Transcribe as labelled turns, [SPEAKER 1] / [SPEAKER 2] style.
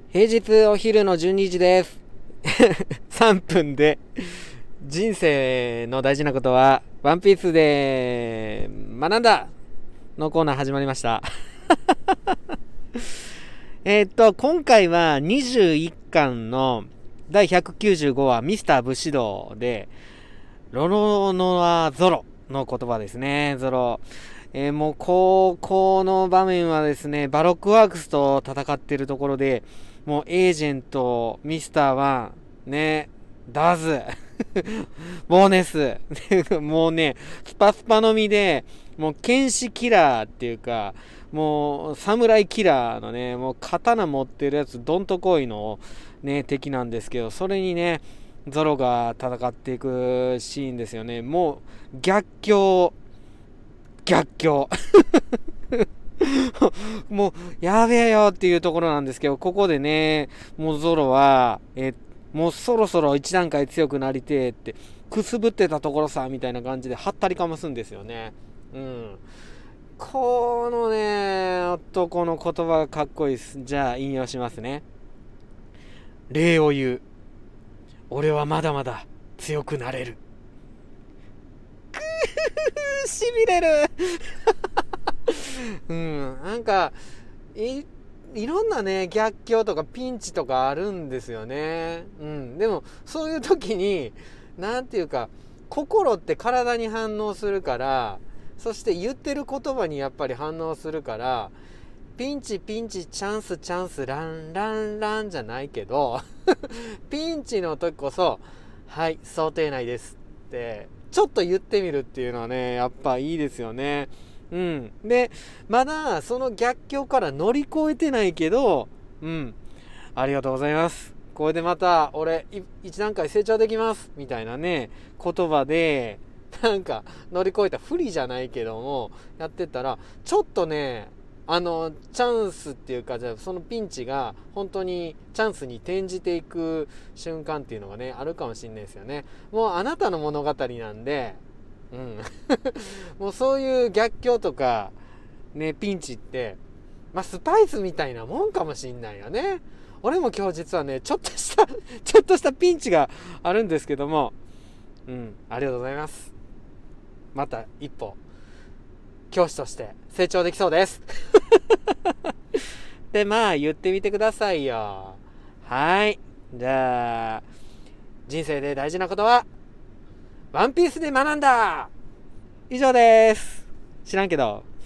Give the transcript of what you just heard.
[SPEAKER 1] 平日お昼の12時です。3分で人生の大事なことはワンピースで学んだのコーナー始まりました。今回は21巻の第195話ミスター武士道でロノノアゾロの言葉ですね。ゾロ。もうこの場面はですね、バロックワークスと戦っているところで、もうエージェント、ミスターワン、ね、ダズ、ボーネス、もうね、スパスパのみで、もう剣士キラーっていうか、もう侍キラーのね、もう刀持ってるやつどんとこいのね、敵なんですけど、それにね、ゾロが戦っていくシーンですよね。もう逆境もうやべえよっていうところなんですけど、ここでね、もうゾロはもうそろそろ一段階強くなりてえってくすぶってたところさみたいな感じではったりかますんですよね。このね男の言葉がかっこいいです。じゃあ引用しますね。礼を言う。俺はまだまだ強くなれる。しびれる。なんかいろんなね逆境とかピンチとかあるんですよね。でもそういう時になんていうか、心って体に反応するから、そして言ってる言葉にやっぱり反応するから、ピンチピンチチャンスチャンスランランランじゃないけどピンチの時こそはい想定内ですってちょっと言ってみるっていうのはね、やっぱいいですよね。でまだその逆境から乗り越えてないけど、ありがとうございます、これでまた俺一段階成長できますみたいなね言葉でなんか乗り越えた不利じゃないけどもやってたら、ちょっとねチャンスっていうか、じゃあそのピンチが本当にチャンスに転じていく瞬間っていうのがねあるかもしれないですよね。もうあなたの物語なんで、もうそういう逆境とかねピンチって、スパイスみたいなもんかもしんないよね。俺も今日実はねちょっとしたピンチがあるんですけども、ありがとうございます。また一歩教師として成長できそうですで言ってみてくださいよ。はい、じゃあ人生で大事なことはワンピースで学んだ。以上です。知らんけど。